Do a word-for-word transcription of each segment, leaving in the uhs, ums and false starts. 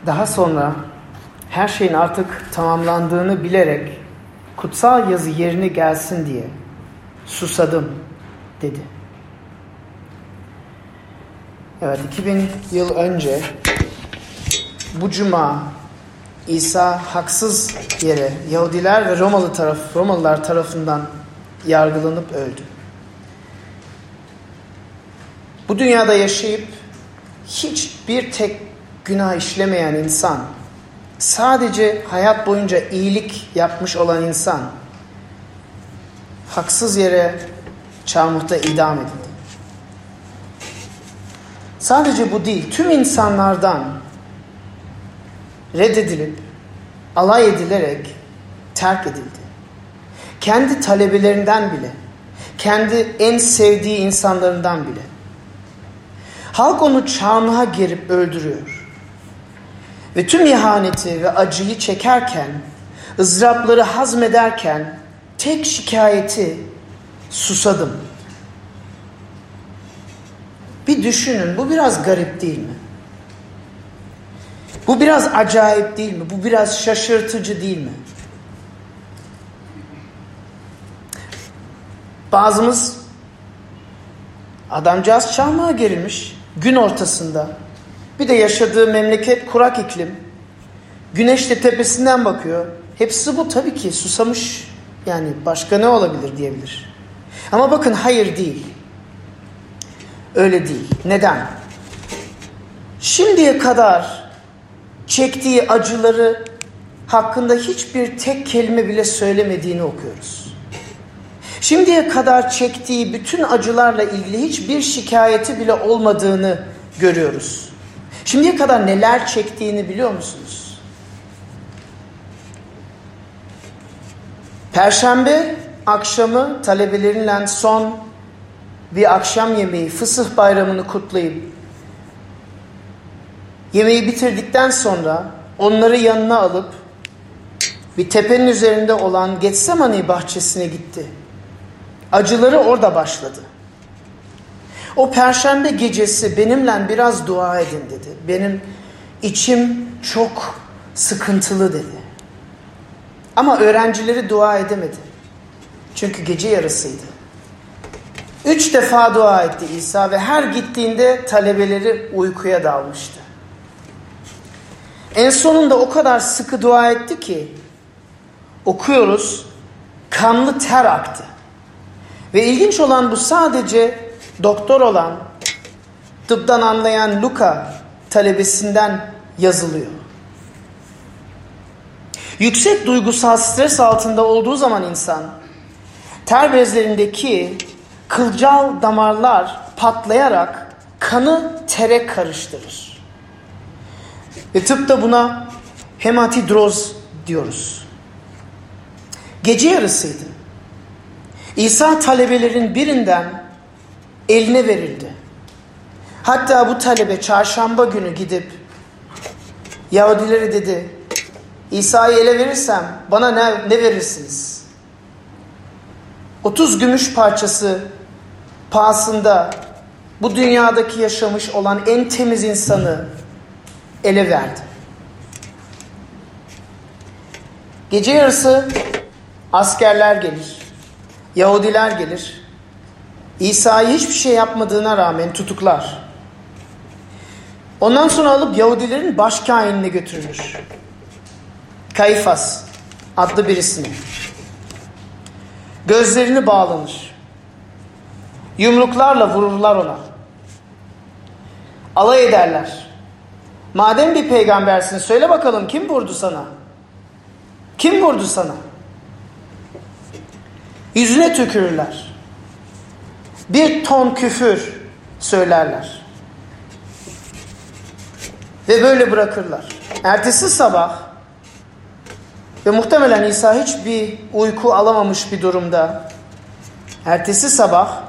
Daha sonra her şeyin artık tamamlandığını bilerek kutsal yazı yerine gelsin diye susadım dedi. Evet, iki bin yıl önce bu cuma İsa haksız yere Yahudiler ve Romalı taraf, Romalılar tarafından yargılanıp öldü. Bu dünyada yaşayıp hiçbir tek günah işlemeyen insan, sadece hayat boyunca iyilik yapmış olan insan, haksız yere çarmıhta idam edildi. Sadece bu değil, tüm insanlardan reddedilip, alay edilerek terk edildi. Kendi talebelerinden bile, kendi en sevdiği insanlarından bile. Halk onu çarmıha gerip öldürüyor. Ve tüm ihaneti ve acıyı çekerken, ızdırapları hazmederken tek şikayeti susadım. Bir düşünün, bu biraz garip değil mi? Bu biraz acayip değil mi? Bu biraz şaşırtıcı değil mi? Bazımız, adamcağız çarmıha gerilmiş gün ortasında. Bir de yaşadığı memleket kurak iklim. Güneş de tepesinden bakıyor. Hepsi bu tabii ki, susamış. Yani başka ne olabilir diyebilir. Ama bakın, hayır değil. Öyle değil. Neden? Şimdiye kadar çektiği acıları hakkında hiçbir tek kelime bile söylemediğini okuyoruz. Şimdiye kadar çektiği bütün acılarla ilgili hiçbir şikayeti bile olmadığını görüyoruz. Şimdiye kadar neler çektiğini biliyor musunuz? Perşembe akşamı talebeleriyle son bir akşam yemeği, Fısıh Bayramı'nı kutlayıp yemeği bitirdikten sonra onları yanına alıp bir tepenin üzerinde olan Getsemani bahçesine gitti. Acıları orada başladı. O perşembe gecesi benimle biraz dua edin dedi. Benim içim çok sıkıntılı dedi. Ama öğrencileri dua edemedi. Çünkü gece yarısıydı. Üç defa dua etti İsa ve her gittiğinde talebeleri uykuya dalmıştı. En sonunda o kadar sıkı dua etti ki okuyoruz, kanlı ter aktı. Ve ilginç olan bu, sadece doktor olan, tıptan anlayan Luka talebesinden yazılıyor. Yüksek duygusal stres altında olduğu zaman insan, ter bezlerindeki kılcal damarlar patlayarak kanı tere karıştırır. Ve tıpta buna hematidroz diyoruz. Gece yarısıydı. İsa talebelerin birinden eline verildi. Hatta bu talebe çarşamba günü gidip Yahudilere dedi, İsa'yı ele verirsem bana ne, ne verirsiniz? otuz gümüş parçası pahasında bu dünyadaki yaşamış olan en temiz insanı ele verdi. Gece yarısı askerler gelir, Yahudiler gelir. İsa'yı hiçbir şey yapmadığına rağmen tutuklar. Ondan sonra alıp Yahudilerin başkâhinine götürülür. Kayfas adlı birisine. Gözlerini bağlanır. Yumruklarla vururlar ona. Alay ederler. Madem bir peygambersin, söyle bakalım kim vurdu sana? Kim vurdu sana? Yüzüne tükürürler. Bir ton küfür söylerler. Ve böyle bırakırlar. Ertesi sabah ve muhtemelen İsa hiçbir uyku alamamış bir durumda. Ertesi sabah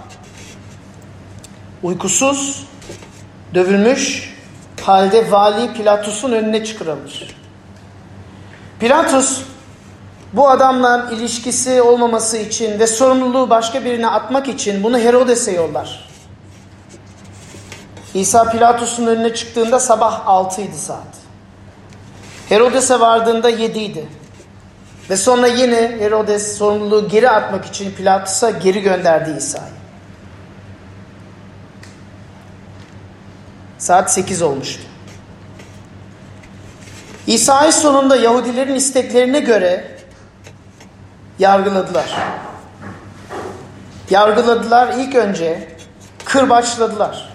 uykusuz, dövülmüş halde vali Pilatus'un önüne çıkarılır. Pilatus bu adamla ilişkisi olmaması için ve sorumluluğu başka birine atmak için bunu Herodes'e yollar. İsa Pilatus'un önüne çıktığında sabah altıydı saat. Herodes'e vardığında yediydi. Ve sonra yine Herodes sorumluluğu geri atmak için Pilatus'a geri gönderdi İsa'yı. Saat sekiz olmuştu. İsa'yı sonunda Yahudilerin isteklerine göre yargıladılar. Yargıladılar, ilk önce kırbaçladılar.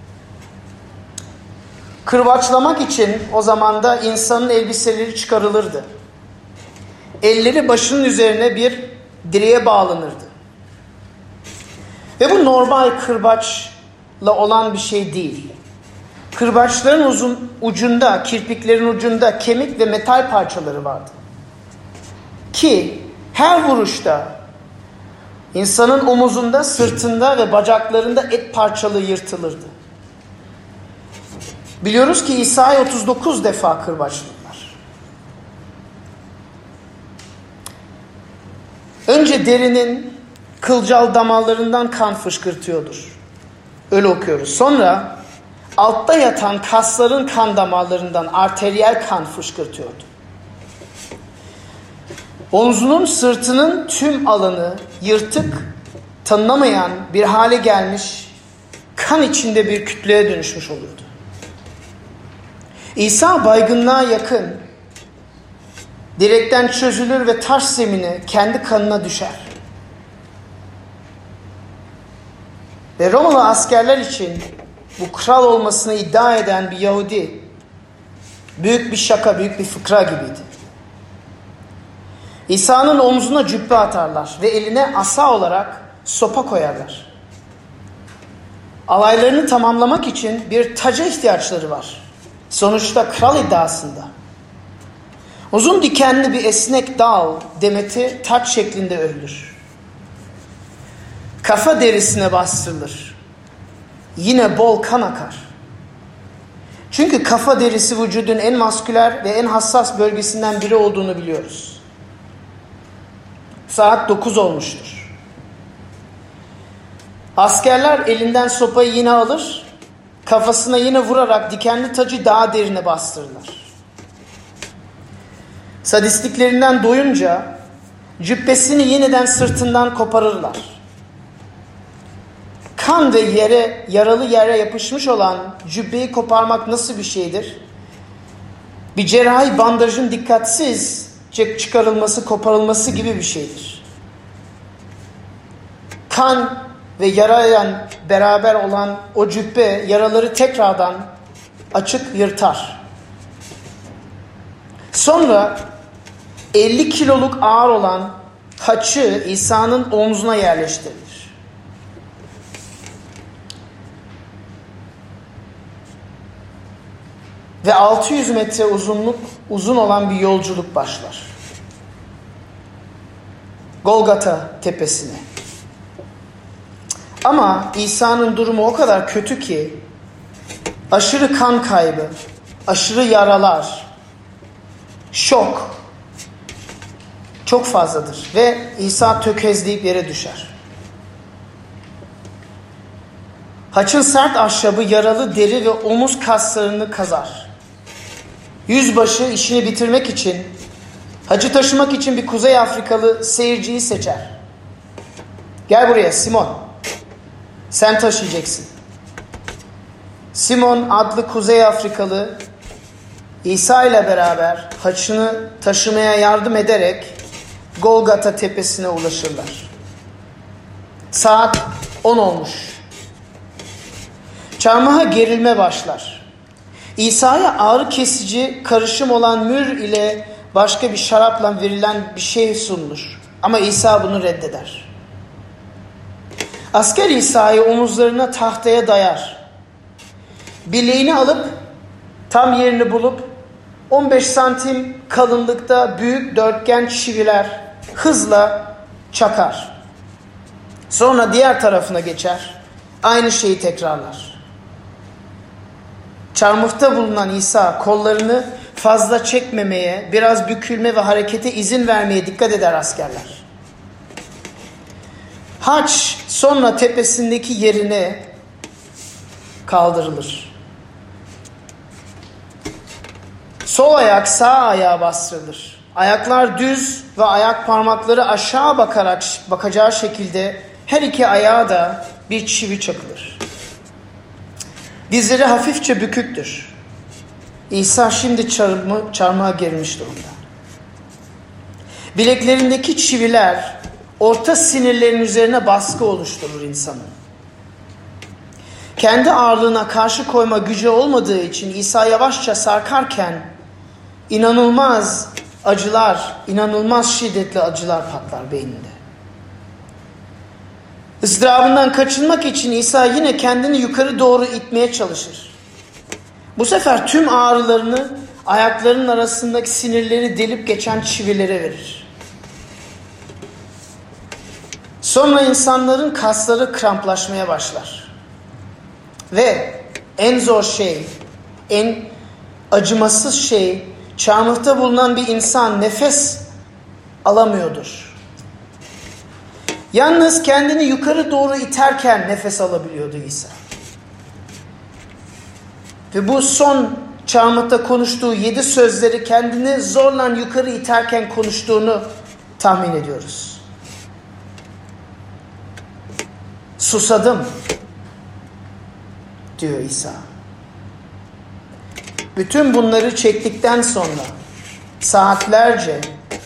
Kırbaçlamak için o zaman da insanın elbiseleri çıkarılırdı. Elleri başının üzerine bir direğe bağlanırdı. Ve bu normal kırbaçla olan bir şey değil. Kırbaçların uzun ucunda, kirpiklerin ucunda kemik ve metal parçaları vardı. Ki her vuruşta insanın omuzunda, sırtında ve bacaklarında et parçaları yırtılırdı. Biliyoruz ki İsa'yı otuz dokuz defa kırbaçladılar. Önce derinin kılcal damarlarından kan fışkırtıyordur. Öyle okuyoruz. Sonra altta yatan kasların kan damarlarından arteriyel kan fışkırtıyordu. Omzunun, sırtının tüm alanı yırtık, tanınamayan bir hale gelmiş, kan içinde bir kütleye dönüşmüş olurdu. İsa baygınlığa yakın, direkten çözülür ve taş zemine kendi kanına düşer. Ve Romalı askerler için bu kral olmasını iddia eden bir Yahudi büyük bir şaka, büyük bir fıkra gibiydi. İsa'nın omzuna cübbe atarlar ve eline asa olarak sopa koyarlar. Alaylarını tamamlamak için bir taca ihtiyaçları var. Sonuçta kral iddiasında. Uzun dikenli bir esnek dal demeti taç şeklinde örülür. Kafa derisine bastırılır. Yine bol kan akar. Çünkü kafa derisi vücudun en masküler ve en hassas bölgesinden biri olduğunu biliyoruz. Saat dokuz olmuştur. Askerler elinden sopayı yine alır, kafasına yine vurarak dikenli tacı daha derine bastırırlar. Sadistliklerinden doyunca cübbesini yeniden sırtından koparırlar. Kan ve yere, yaralı yere yapışmış olan cübbeyi koparmak nasıl bir şeydir? Bir cerrahi bandajın dikkatsizce çıkarılması, koparılması gibi bir şeydir. Kan ve yarayla beraber olan o cübbe yaraları tekrardan açık yırtar. Sonra elli kiloluk ağır olan haçı İsa'nın omzuna yerleştirilir. Ve altı yüz metre uzunluk uzun olan bir yolculuk başlar. Golgota tepesine. Ama İsa'nın durumu o kadar kötü ki aşırı kan kaybı, aşırı yaralar, şok çok fazladır ve İsa tökezleyip yere düşer. Haçın sert ahşabı yaralı deri ve omuz kaslarını kazar. Yüzbaşı işini bitirmek için, hacı taşımak için bir Kuzey Afrikalı seyirciyi seçer. Gel buraya Simon, sen taşıyacaksın. Simon adlı Kuzey Afrikalı İsa ile beraber haçını taşımaya yardım ederek Golgota tepesine ulaşırlar. Saat on olmuş. Çarmıha gerilme başlar. İsa'ya ağrı kesici karışım olan mür ile başka bir şarapla verilen bir şey sunulur. Ama İsa bunu reddeder. Asker İsa'yı omuzlarına tahtaya dayar. Bileğini alıp tam yerini bulup on beş santim kalınlıkta büyük dörtgen çiviler hızla çakar. Sonra diğer tarafına geçer. Aynı şeyi tekrarlar. Çarmıhta bulunan İsa kollarını fazla çekmemeye, biraz bükülme ve harekete izin vermeye dikkat eder askerler. Haç sonra tepesindeki yerine kaldırılır. Sol ayak sağ ayağa bastırılır. Ayaklar düz ve ayak parmakları aşağı bakarak bakacağı şekilde her iki ayağa da bir çivi çakılır. Dizleri hafifçe büküktür. İsa şimdi çarmı, çarmıha girmiş durumda. Bileklerindeki çiviler orta sinirlerin üzerine baskı oluşturur insanın. Kendi ağırlığına karşı koyma gücü olmadığı için İsa yavaşça sarkarken inanılmaz acılar, inanılmaz şiddetli acılar patlar beyninde. Izdırabından kaçınmak için İsa yine kendini yukarı doğru itmeye çalışır. Bu sefer tüm ağrılarını ayaklarının arasındaki sinirleri delip geçen çivilere verir. Sonra insanların kasları kramplaşmaya başlar. Ve en zor şey, en acımasız şey, çarmıhta bulunan bir insan nefes alamıyordur. Yalnız kendini yukarı doğru iterken nefes alabiliyordu İsa. Ve bu son çarmıhta konuştuğu yedi sözleri kendini zorla yukarı iterken konuştuğunu tahmin ediyoruz. Susadım diyor İsa. Bütün bunları çektikten sonra saatlerce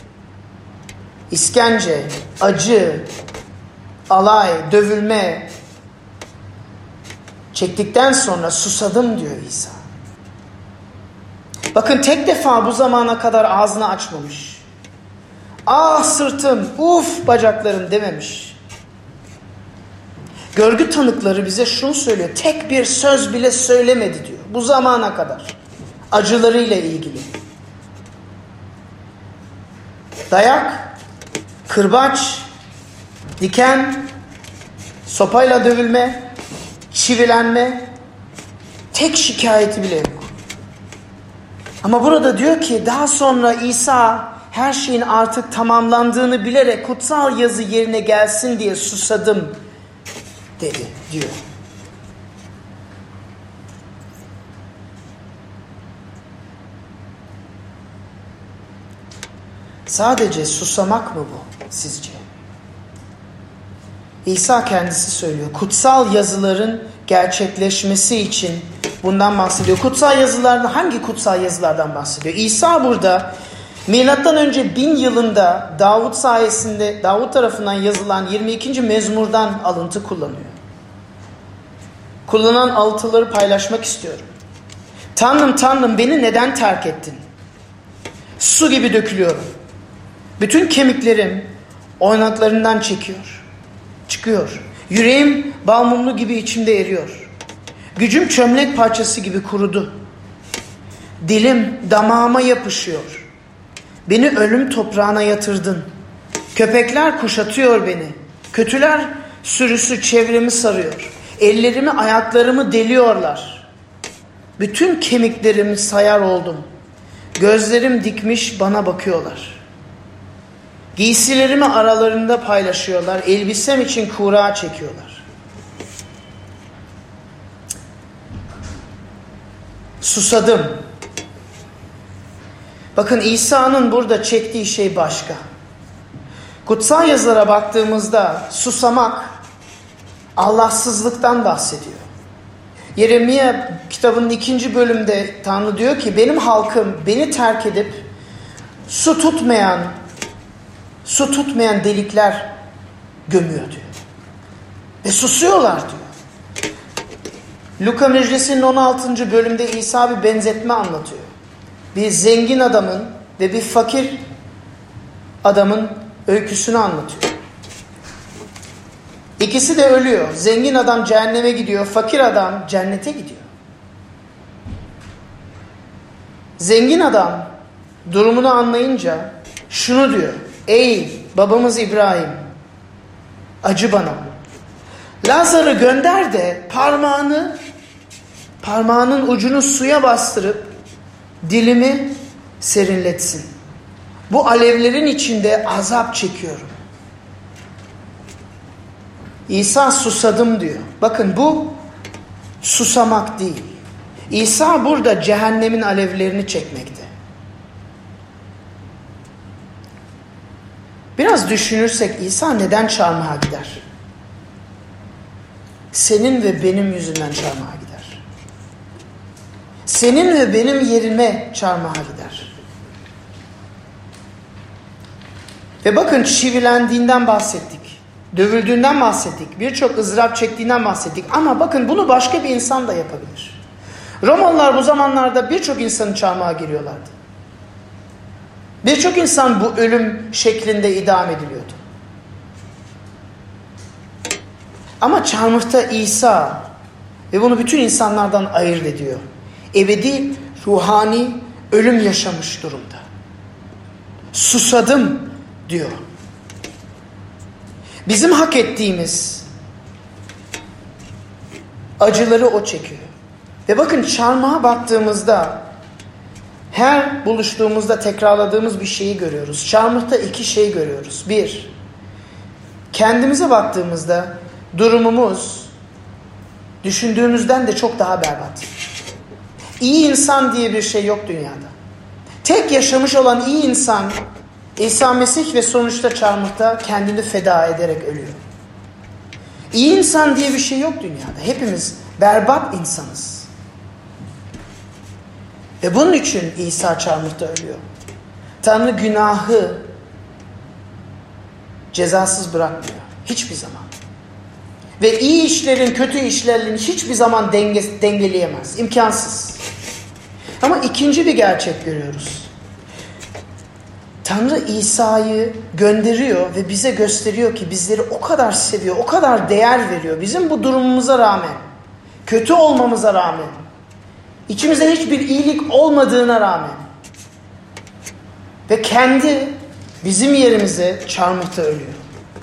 işkence, acı, alay, dövülme çektikten sonra susadım diyor İsa. Bakın tek defa bu zamana kadar ağzını açmamış. Ah sırtım, uf bacaklarım dememiş. Görgü tanıkları bize şunu söylüyor. Tek bir söz bile söylemedi diyor. Bu zamana kadar. Acılarıyla ilgili. Dayak, kırbaç, diken, sopayla dövülme, çivilenme, tek şikayeti bile yok. Ama burada diyor ki daha sonra İsa her şeyin artık tamamlandığını bilerek kutsal yazı yerine gelsin diye susadım dedi diyor. Sadece susamak mı bu sizce? İsa kendisi söylüyor. Kutsal yazıların gerçekleşmesi için bundan bahsediyor. Kutsal yazılardan hangi kutsal yazılardan bahsediyor? İsa burada milattan önce bin yılında Davut sayesinde Davut tarafından yazılan yirmi ikinci mezmurdan alıntı kullanıyor. Kullanılan alıntıları paylaşmak istiyorum. Tanrım Tanrım beni neden terk ettin? Su gibi dökülüyorum. Bütün kemiklerim oynaklarından çekiyor. Çıkıyor. Yüreğim bal mumlu gibi içimde eriyor. Gücüm çömlek parçası gibi kurudu. Dilim damağıma yapışıyor. Beni ölüm toprağına yatırdın. Köpekler kuşatıyor beni. Kötüler sürüsü çevremi sarıyor. Ellerimi ayaklarımı deliyorlar. Bütün kemiklerimi sayar oldum. Gözlerim dikmiş bana bakıyorlar. Giysilerimi aralarında paylaşıyorlar. Elbisem için kura çekiyorlar. Susadım. Bakın İsa'nın burada çektiği şey başka. Kutsal yazılara baktığımızda susamak Allahsızlıktan bahsediyor. Yeremia kitabının ikinci bölümde Tanrı diyor ki benim halkım beni terk edip su tutmayan su tutmayan delikler gömüyor diyor. Ve susuyorlar diyor. Luka müjdesinin on altıncı bölümde İsa bir benzetme anlatıyor. Bir zengin adamın ve bir fakir adamın öyküsünü anlatıyor. İkisi de ölüyor. Zengin adam cehenneme gidiyor. Fakir adam cennete gidiyor. Zengin adam durumunu anlayınca şunu diyor. Ey babamız İbrahim, acı bana. Lazar'ı gönder de parmağını, parmağının ucunu suya bastırıp dilimi serinletsin. Bu alevlerin içinde azap çekiyorum. İsa susadım diyor. Bakın bu susamak değil. İsa burada cehennemin alevlerini çekmekte. Biraz düşünürsek İsa neden çarmıha gider? Senin ve benim yüzünden çarmıha gider. Senin ve benim yerime çarmıha gider. Ve bakın, çivilendiğinden bahsettik. Dövüldüğünden bahsettik. Birçok ızdırap çektiğinden bahsettik. Ama bakın, bunu başka bir insan da yapabilir. Romalılar bu zamanlarda birçok insanın çarmıha giriyorlardı. Birçok insan bu ölüm şeklinde idam ediliyordu. Ama çarmıhta İsa ve bunu bütün insanlardan ayırt ediyor. Ebedi, ruhani ölüm yaşamış durumda. Susadım diyor. Bizim hak ettiğimiz acıları o çekiyor. Ve bakın, çarmıha baktığımızda her buluştuğumuzda tekrarladığımız bir şeyi görüyoruz. Çarmıhta iki şey görüyoruz. Bir, kendimize baktığımızda durumumuz düşündüğümüzden de çok daha berbat. İyi insan diye bir şey yok dünyada. Tek yaşamış olan iyi insan İsa Mesih ve sonuçta çarmıhta kendini feda ederek ölüyor. İyi insan diye bir şey yok dünyada. Hepimiz berbat insanız. Ve bunun için İsa çarmıhta ölüyor. Tanrı günahı cezasız bırakmıyor. Hiçbir zaman. Ve iyi işlerin kötü işlerin hiçbir zaman denge, dengeleyemez. İmkansız. Ama ikinci bir gerçek görüyoruz. Tanrı İsa'yı gönderiyor ve bize gösteriyor ki bizleri o kadar seviyor, o kadar değer veriyor. Bizim bu durumumuza rağmen, kötü olmamıza rağmen, İçimizde hiçbir iyilik olmadığına rağmen ve kendi bizim yerimize çarmıhta ölüyor.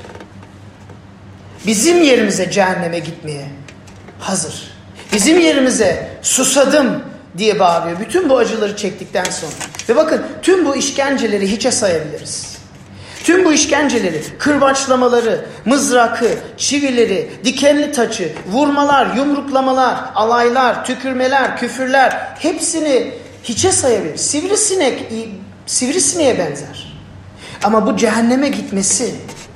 Bizim yerimize cehenneme gitmeye hazır. Bizim yerimize susadım diye bağırıyor. Bütün bu acıları çektikten sonra. Ve bakın, tüm bu işkenceleri hiçe sayabiliriz. Tüm bu işkenceleri, kırbaçlamaları, mızrakı, çivileri, dikenli taçı, vurmalar, yumruklamalar, alaylar, tükürmeler, küfürler, hepsini hiçe sayabiliriz. Sivrisinek, sivrisineğe benzer. Ama bu cehenneme gitmesi,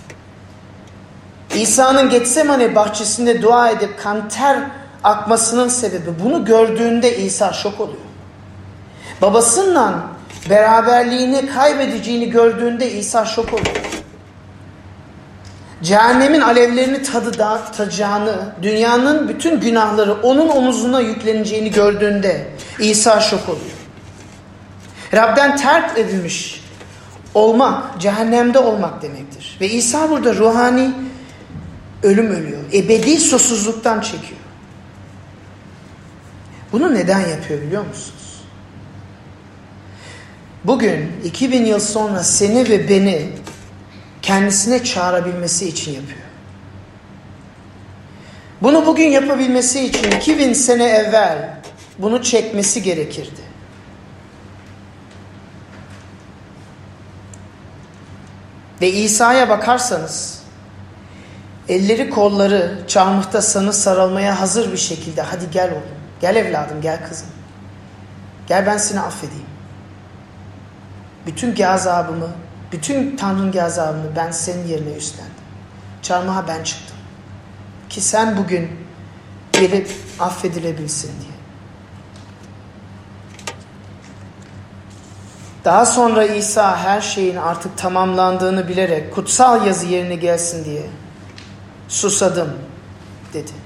İsa'nın Getsemane bahçesinde dua edip kan ter akmasının sebebi, bunu gördüğünde İsa şok oluyor. Babasından beraberliğini kaybedeceğini gördüğünde İsa şok oluyor. Cehennemin alevlerini tadı da, tadacağını, dünyanın bütün günahları onun omuzuna yükleneceğini gördüğünde İsa şok oluyor. Rab'den terk edilmiş olmak, cehennemde olmak demektir. Ve İsa burada ruhani ölüm ölüyor. Ebedi susuzluktan çekiyor. Bunu neden yapıyor biliyor musunuz? Bugün iki bin yıl sonra seni ve beni kendisine çağırabilmesi için yapıyor. Bunu bugün yapabilmesi için iki bin sene evvel bunu çekmesi gerekirdi. Ve İsa'ya bakarsanız elleri kolları çarmıhta sana sarılmaya hazır bir şekilde, hadi gel oğlum, gel evladım, gel kızım. Gel ben seni affedeyim. Bütün gazabımı, bütün Tanrı'nın gazabını ben senin yerine üstlendim. Çarmıha ben çıktım. Ki sen bugün gelip affedilebilsin diye. Daha sonra İsa her şeyin artık tamamlandığını bilerek kutsal yazı yerine gelsin diye susadım dedi.